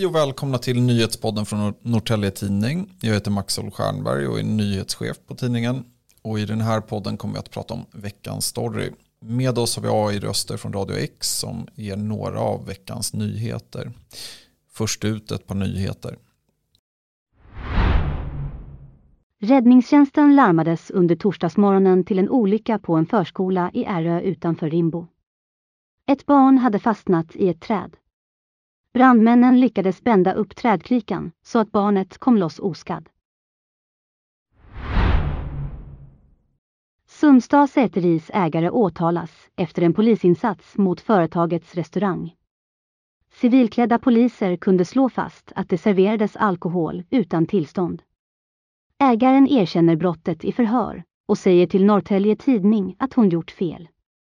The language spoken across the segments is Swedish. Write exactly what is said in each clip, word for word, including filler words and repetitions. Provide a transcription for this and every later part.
Hej och välkomna till nyhetspodden från Norrtälje Tidning. Jag heter Maxwell Stjernberg och är nyhetschef på tidningen. Och i den här podden kommer vi att prata om veckans story. Med oss har vi A I-röster från Radio X som ger några av veckans nyheter. Först ut ett par nyheter. Räddningstjänsten larmades under torsdagsmorgonen till en olycka på en förskola i Ärö utanför Rimbo. Ett barn hade fastnat i ett träd. Brandmännen lyckades bända upp trädkrikan så att barnet kom loss oskadd. Sumstad Säteris ägare åtalas efter en polisinsats mot företagets restaurang. Civilklädda poliser kunde slå fast att det serverades alkohol utan tillstånd. Ägaren erkänner brottet i förhör och säger till Norrtälje Tidning att hon gjort fel.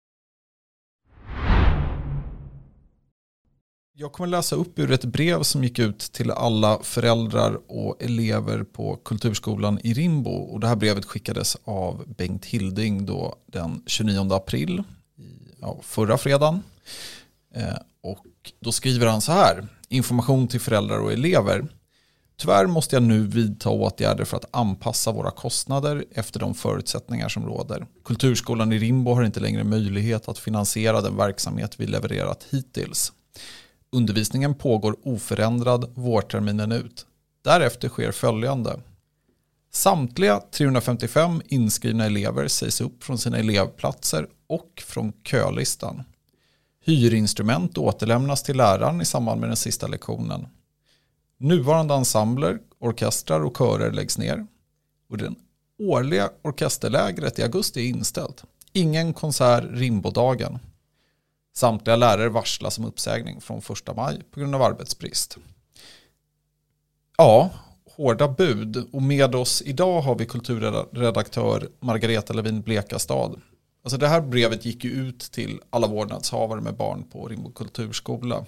Jag kommer läsa upp ur ett brev som gick ut till alla föräldrar och elever på Kulturskolan i Rimbo. Och det här brevet skickades av Bengt Hilding då den tjugonionde april, ja, förra fredagen. Eh, och då skriver han så här: information till föräldrar och elever. Tyvärr måste jag nu vidta åtgärder för att anpassa våra kostnader efter de förutsättningar som råder. Kulturskolan i Rimbo har inte längre möjlighet att finansiera den verksamhet vi levererat hittills. Undervisningen pågår oförändrad vårterminen ut. Därefter sker följande. Samtliga trehundrafemtiofem inskrivna elever sägs upp från sina elevplatser och från kölistan. Hyrinstrument återlämnas till läraren i samband med den sista lektionen. Nuvarande ensembler, orkestrar och körer läggs ner. Och den årliga orkesterlägret i augusti är inställt. Ingen konsert Rimbodagen. Samtliga lärare varslas om uppsägning från första maj på grund av arbetsbrist. Ja, hårda bud. Och med oss idag har vi kulturredaktör Margareta Levin Blekastad. Alltså det här brevet gick ju ut till alla vårdnadshavare med barn på Rimbo kulturskola.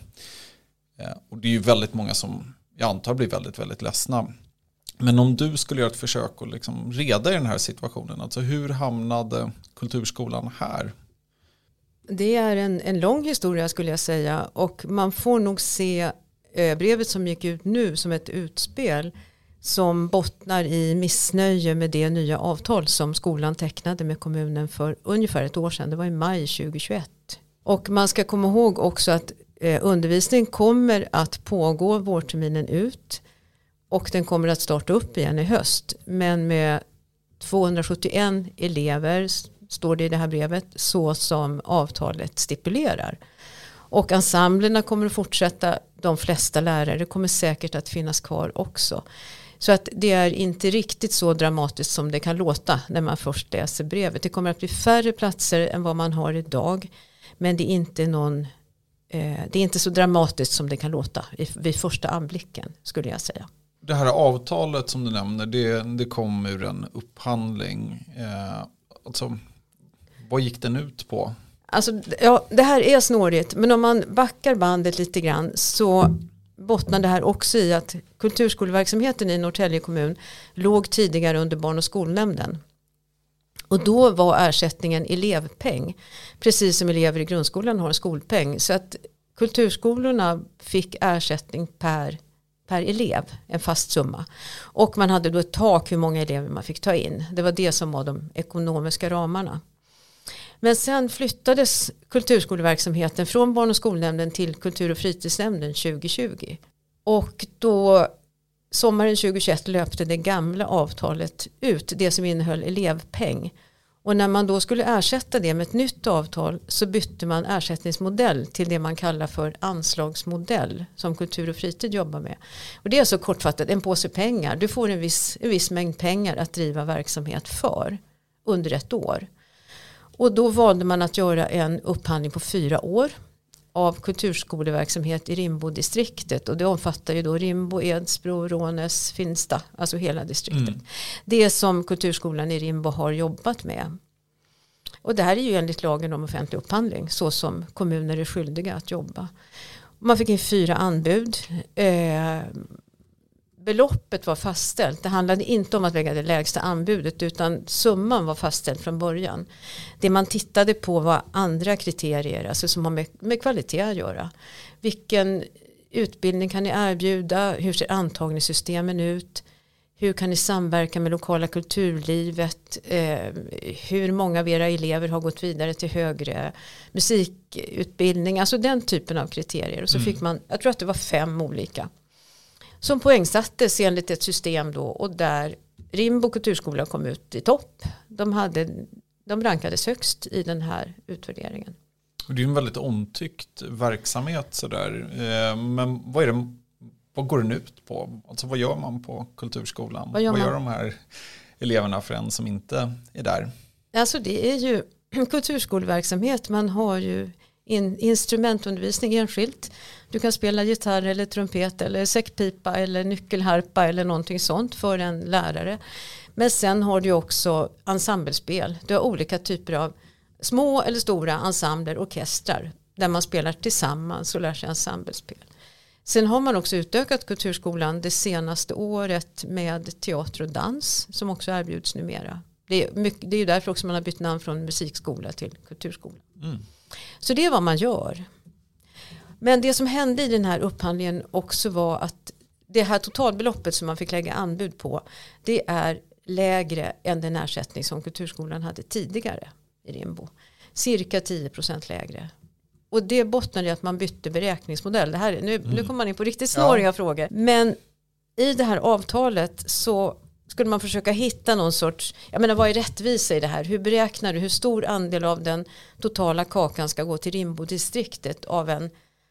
Och det är ju väldigt många som jag antar blir väldigt, väldigt ledsna. Men om du skulle göra ett försök att liksom reda i den här situationen, alltså hur hamnade kulturskolan här? Det är en, en lång historia skulle jag säga, och man får nog se eh, brevet som gick ut nu som ett utspel som bottnar i missnöje med det nya avtal som skolan tecknade med kommunen för ungefär ett år sedan. Det var i maj tjugohundratjugoett. Och man ska komma ihåg också att eh, undervisning kommer att pågå vårterminen ut och den kommer att starta upp igen i höst. Men med tvåhundrasjuttioen elever står det i det här brevet, så som avtalet stipulerar. Och ensemblerna kommer att fortsätta, de flesta lärare kommer säkert att finnas kvar också. Så att det är inte riktigt så dramatiskt som det kan låta när man först läser brevet. Det kommer att bli färre platser än vad man har idag, men det är inte, någon, eh, det är inte så dramatiskt som det kan låta vid första anblicken, skulle jag säga. Det här avtalet som du nämner, det, det kom ur en upphandling. Eh, alltså... Vad gick den ut på? Alltså, ja, det här är snårigt, men om man backar bandet lite grann så bottnar det här också i att kulturskoleverksamheten i Norrtälje kommun låg tidigare under barn- och skolnämnden. Och då var ersättningen elevpeng, precis som elever i grundskolan har en skolpeng. Så att kulturskolorna fick ersättning per, per elev, en fast summa. Och man hade då ett tak hur många elever man fick ta in. Det var det som var de ekonomiska ramarna. Men sen flyttades kulturskoleverksamheten från barn- och skolnämnden till kultur- och fritidsnämnden tjugohundratjugo. Och då sommaren tjugohundratjugoett löpte det gamla avtalet ut, det som innehöll elevpeng. Och när man då skulle ersätta det med ett nytt avtal så bytte man ersättningsmodell till det man kallar för anslagsmodell som kultur och fritid jobbar med. Och det är så kortfattat en påse pengar. Du får en viss, en viss mängd pengar att driva verksamhet för under ett år. Och då valde man att göra en upphandling på fyra år av kulturskoleverksamhet i Rimbo-distriktet. Och det omfattar ju då Rimbo, Edsbro, Rånäs, Finsta, alltså hela distriktet. Mm. Det som kulturskolan i Rimbo har jobbat med. Och det här är ju enligt lagen om offentlig upphandling, så som kommuner är skyldiga att jobba. Man fick in fyra anbud. Eh, beloppet var fastställt. Det handlade inte om att lägga det lägsta anbudet, utan summan var fastställd från början. Det man tittade på var andra kriterier, alltså som har med, med kvalitet att göra. Vilken utbildning kan ni erbjuda? Hur ser antagningssystemen ut? Hur kan ni samverka med lokala kulturlivet? Eh, hur många av era elever har gått vidare till högre musikutbildning? Alltså den typen av kriterier. Och så mm. fick man, jag tror att det var fem olika. Som poängsattes enligt ett system då. Och där Rimbo kulturskola kom ut i topp. De, hade, de rankades högst i den här utvärderingen. Och det är en väldigt omtyckt verksamhet sådär. Eh, men vad är det... Vad går den ut på? Alltså vad gör man på kulturskolan? Vad gör, vad gör de här eleverna för en som inte är där? Alltså det är ju kulturskolverksamhet. Man har ju in, instrumentundervisning enskilt. Du kan spela gitarr eller trumpet eller säckpipa eller nyckelharpa eller någonting sånt för en lärare. Men sen har du också ensemblespel. Du har olika typer av små eller stora ensembler, orkestrar där man spelar tillsammans och lär sig ensemblespel. Sen har man också utökat kulturskolan det senaste året med teater och dans som också erbjuds numera. Det är, mycket, det är ju därför också man har bytt namn från musikskola till kulturskola. Mm. Så det är vad man gör. Men det som hände i den här upphandlingen också var att det här totalbeloppet som man fick lägga anbud på, det är lägre än den ersättning som kulturskolan hade tidigare i Rimbo. Cirka tio procent lägre. Och det bottnar i att man bytte beräkningsmodell. Det här, nu, mm. nu kommer man in på riktigt snåriga ja. frågor. Men i det här avtalet så skulle man försöka hitta någon sorts, jag menar vad är rättvisa i det här? Hur beräknar du hur stor andel av den totala kakan ska gå till Rimbo-distriktet av en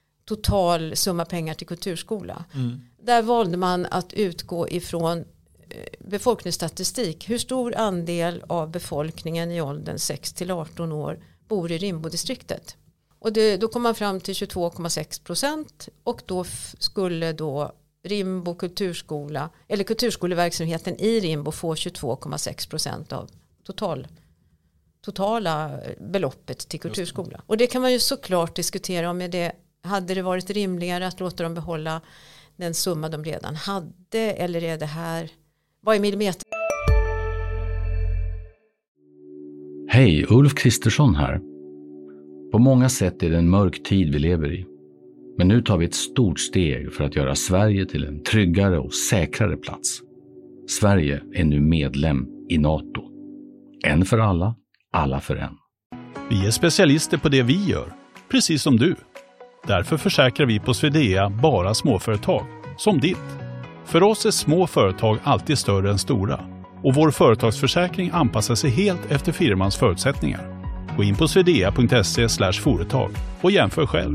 total summa pengar till kulturskola? Mm. Där valde man att utgå ifrån befolkningsstatistik. Hur stor andel av befolkningen i åldern sex till arton år bor i Rimbo-distriktet? Och det, då kom man fram till tjugotvå komma sex procent och då f- skulle då Rimbo kulturskola eller kulturskoleverksamheten i Rimbo få tjugotvå komma sex procent av total, totala beloppet till kulturskola. Och det kan man ju såklart diskutera om det hade det varit rimligare att låta dem behålla den summa de redan hade eller är det här, vad är millimeter? Hej, Ulf Kristersson här. På många sätt är det en mörk tid vi lever i. Men nu tar vi ett stort steg för att göra Sverige till en tryggare och säkrare plats. Sverige är nu medlem i NATO. En för alla, alla för en. Vi är specialister på det vi gör, precis som du. Därför försäkrar vi på Swedea bara småföretag, som ditt. För oss är små företag alltid större än stora. Och vår företagsförsäkring anpassar sig helt efter firmans förutsättningar. Gå in på swedea punkt se slash företag och jämför själv.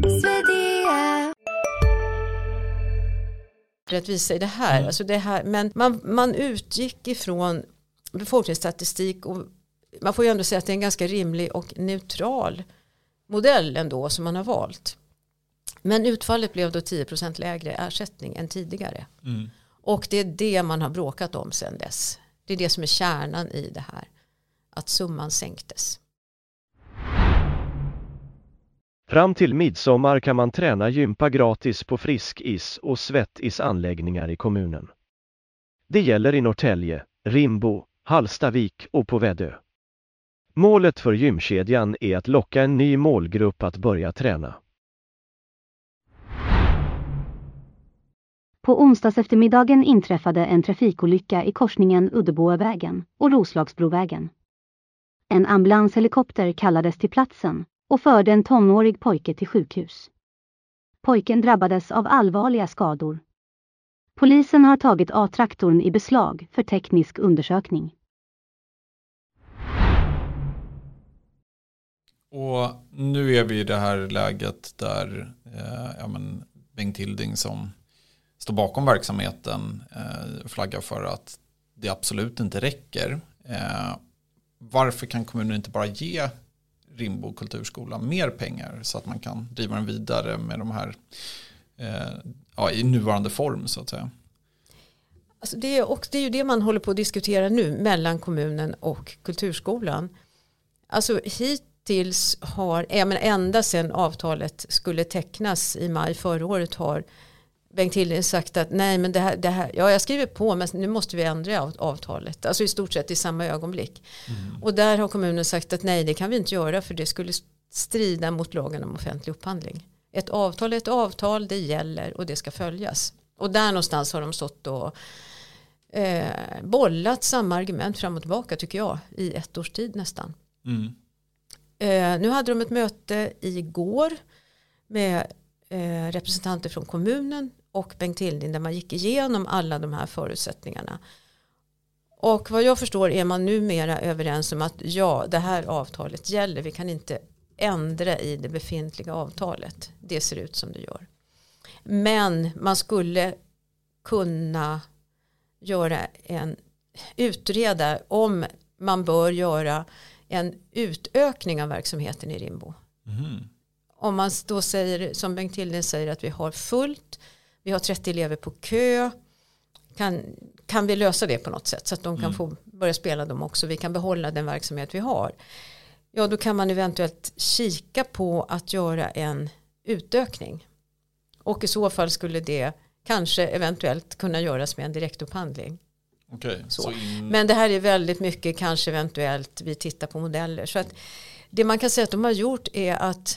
Rättvisa i det här, mm. alltså det här men man, man utgick ifrån befolkningsstatistik och man får ju ändå säga att det är en ganska rimlig och neutral modell ändå som man har valt. Men utfallet blev då tio procent lägre ersättning än tidigare. Mm. Och det är det man har bråkat om sedan dess. Det är det som är kärnan i det här. Att summan sänktes. Fram till midsommar kan man träna gympa gratis på Friskis och Svettis-anläggningar i kommunen. Det gäller i Norrtälje, Rimbo, Hallstavik och på Väddö. Målet för gymkedjan är att locka en ny målgrupp att börja träna. På onsdags eftermiddagen inträffade en trafikolycka i korsningen Uddeboavägen och Roslagsbrovägen. En ambulanshelikopter kallades till platsen och förde en tonårig pojke till sjukhus. Pojken drabbades av allvarliga skador. Polisen har tagit A-traktorn i beslag för teknisk undersökning. Och nu är vi i det här läget där eh, ja, men Bengt Hilding som står bakom verksamheten eh, flaggar för att det absolut inte räcker. Eh, varför kan kommunen inte bara ge Rimbo kulturskola mer pengar så att man kan driva den vidare med de här eh, ja, i nuvarande form så att säga? Alltså det, är, och det är ju det man håller på att diskutera nu mellan kommunen och kulturskolan. Alltså hittills har, ja, men ända sedan avtalet skulle tecknas i maj förra året har Bengt Hilding sagt att nej men det här, det här, ja jag skriver på men nu måste vi ändra avtalet. Alltså i stort sett i samma ögonblick. Mm. Och där har kommunen sagt att nej det kan vi inte göra för det skulle strida mot lagen om offentlig upphandling. Ett avtal är ett avtal, det gäller och det ska följas. Och där någonstans har de stått och eh, bollat samma argument fram och tillbaka tycker jag i ett års tid nästan. Mm. Eh, nu hade de ett möte igår med eh, representanter från kommunen och Bengt Hilding där man gick igenom alla de här förutsättningarna. Och vad jag förstår är man numera överens om att ja, det här avtalet gäller. Vi kan inte ändra i det befintliga avtalet. Det ser ut som det gör. Men man skulle kunna göra en utreda om man bör göra en utökning av verksamheten i Rimbo. Mm. Om man då säger, som Bengt Hilding säger, att vi har fullt, vi har trettio elever på kö, kan, kan vi lösa det på något sätt så att de kan Mm. få börja spela dem också, vi kan behålla den verksamhet vi har. Ja, då kan man eventuellt kika på att göra en utökning. Och i så fall skulle det kanske eventuellt kunna göras med en direktupphandling. Okay, så. Så in... Men det här är väldigt mycket kanske eventuellt vi tittar på modeller. Så att det man kan säga att de har gjort är att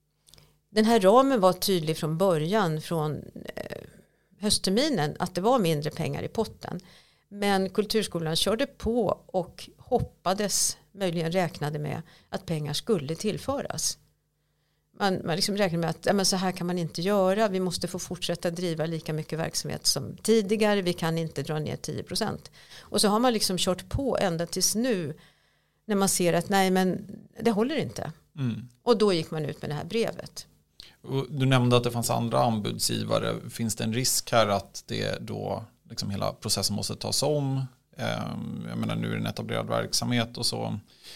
den här ramen var tydlig från början från eh, höstterminen att det var mindre pengar i potten. Men kulturskolan körde på och hoppades, möjligen räknade med att pengar skulle tillföras. Man, man liksom räknar med att ja, men så här kan man inte göra. Vi måste få fortsätta driva lika mycket verksamhet som tidigare. Vi kan inte dra ner tio procent. Och så har man liksom kört på ända tills nu när man ser att nej men det håller inte. Mm. Och då gick man ut med det här brevet. Och du nämnde att det fanns andra anbudsgivare. Finns det en risk här att det då liksom hela processen måste tas om? Jag menar nu är det en etablerad verksamhet och så.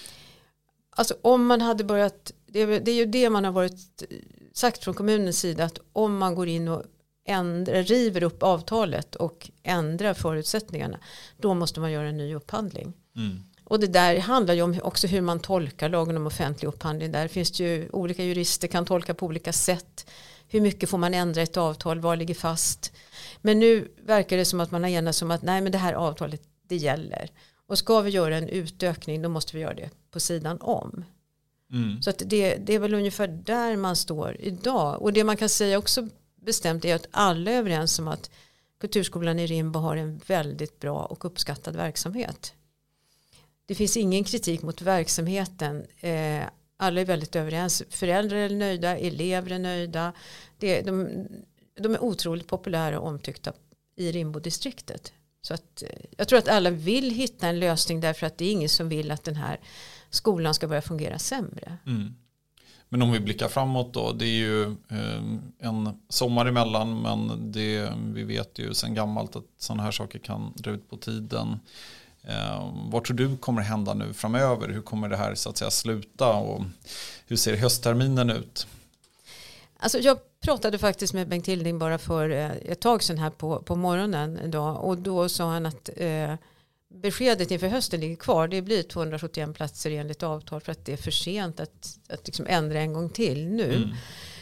Alltså om man hade börjat, det är, det är ju det man har varit sagt från kommunens sida, att om man går in och ändrar, river upp avtalet och ändrar förutsättningarna, då måste man göra en ny upphandling. Mm. Och det där handlar ju om också hur man tolkar lagen om offentlig upphandling. Där finns det ju olika jurister kan tolka på olika sätt. Hur mycket får man ändra ett avtal, vad ligger fast? Men nu verkar det som att man har enats om att nej men det här avtalet det gäller. Och ska vi göra en utökning då måste vi göra det på sidan om. Mm. Så att det, det är väl ungefär där man står idag. Och det man kan säga också bestämt är att alla är överens om att Kulturskolan i Rimbo har en väldigt bra och uppskattad verksamhet. Det finns ingen kritik mot verksamheten. Eh, alla är väldigt överens. Föräldrar är nöjda, elever är nöjda. Det, de, de är otroligt populära och omtyckta i Rimbo-distriktet. Så att, jag tror att alla vill hitta en lösning därför att det är ingen som vill att den här skolan ska börja fungera sämre. Mm. Men om vi blickar framåt då, det är ju eh, en sommar emellan men det, vi vet ju sedan gammalt att sådana här saker kan dra ut på tiden. Eh, vad tror du kommer hända nu framöver? Hur kommer det här så att säga sluta och hur ser höstterminen ut? Alltså jag pratade faktiskt med Bengt Hilding bara för ett tag sedan här på, på morgonen idag och då sa han att eh, beskedet inför hösten ligger kvar. Det blir tvåhundrasjuttioen platser enligt avtal för att det är för sent att, att liksom ändra en gång till nu. Mm.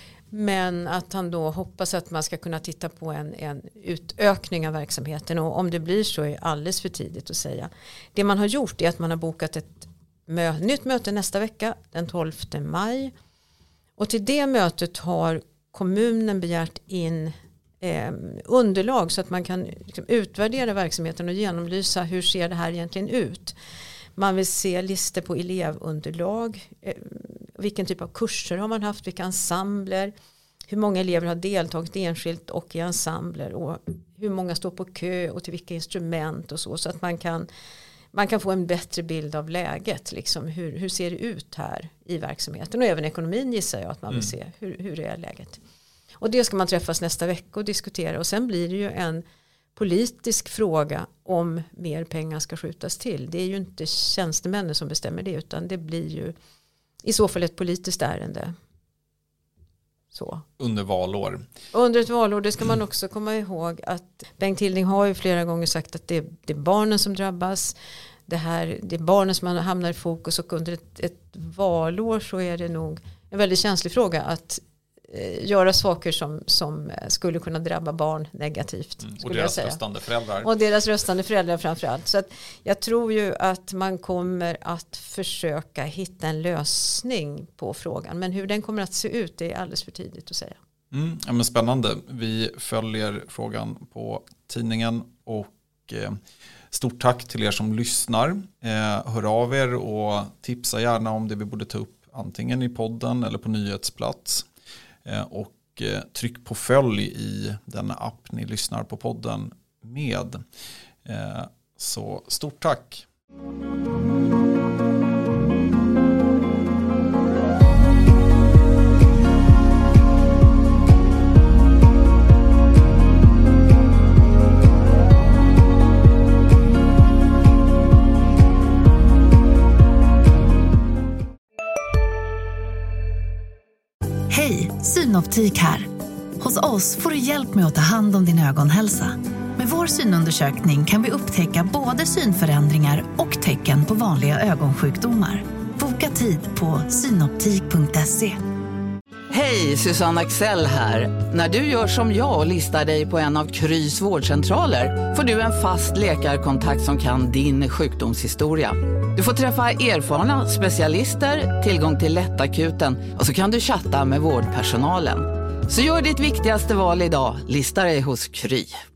Men att han då hoppas att man ska kunna titta på en, en utökning av verksamheten och om det blir så är alldeles för tidigt att säga. Det man har gjort är att man har bokat ett mö- nytt möte nästa vecka den tolfte maj och till det mötet har kommunen begärt in eh, underlag så att man kan liksom, utvärdera verksamheten och genomlysa hur ser det här egentligen ut. Man vill se listor på elevunderlag, eh, vilken typ av kurser har man haft, vilka ensembler, hur många elever har deltagit enskilt och i ensembler och hur många står på kö och till vilka instrument och så, så att man kan, man kan få en bättre bild av läget, liksom, hur, hur ser det ut här i verksamheten och även ekonomin gissar jag att man vill se hur, hur är läget. Och det ska man träffas nästa vecka och diskutera och sen blir det ju en politisk fråga om mer pengar ska skjutas till. Det är ju inte tjänstemännen som bestämmer det utan det blir ju i så fall ett politiskt ärende. Så. Under valår. Under ett valår, det ska man också komma ihåg att Bengt Hilding har ju flera gånger sagt att det är, det är barnen som drabbas. Det, här, det är barnen som hamnar i fokus och under ett, ett valår så är det nog en väldigt känslig fråga att eh, göra saker som, som skulle kunna drabba barn negativt. Mm, och deras röstande föräldrar. Och deras röstande föräldrar framförallt. Så att jag tror ju att man kommer att försöka hitta en lösning på frågan. Men hur den kommer att se ut är alldeles för tidigt att säga. Mm, ja, men spännande. Vi följer frågan på tidningen och eh, stort tack till er som lyssnar. Eh, hör av er och tipsa gärna om det vi borde ta upp antingen i podden eller på nyhetsplats. Eh, och eh, tryck på följ i den app ni lyssnar på podden med. Eh, så stort tack! Hej, Synoptik här. Hos oss får du hjälp med att ta hand om din ögonhälsa. Med vår synundersökning kan vi upptäcka både synförändringar och tecken på vanliga ögonsjukdomar. Boka tid på synoptik punkt se. Hej, Susanne Axel här. När du gör som jag och listar dig på en av Krys vårdcentraler får du en fast läkarkontakt som kan din sjukdomshistoria. Du får träffa erfarna specialister, tillgång till lättakuten och så kan du chatta med vårdpersonalen. Så gör ditt viktigaste val idag, lista dig hos Kry.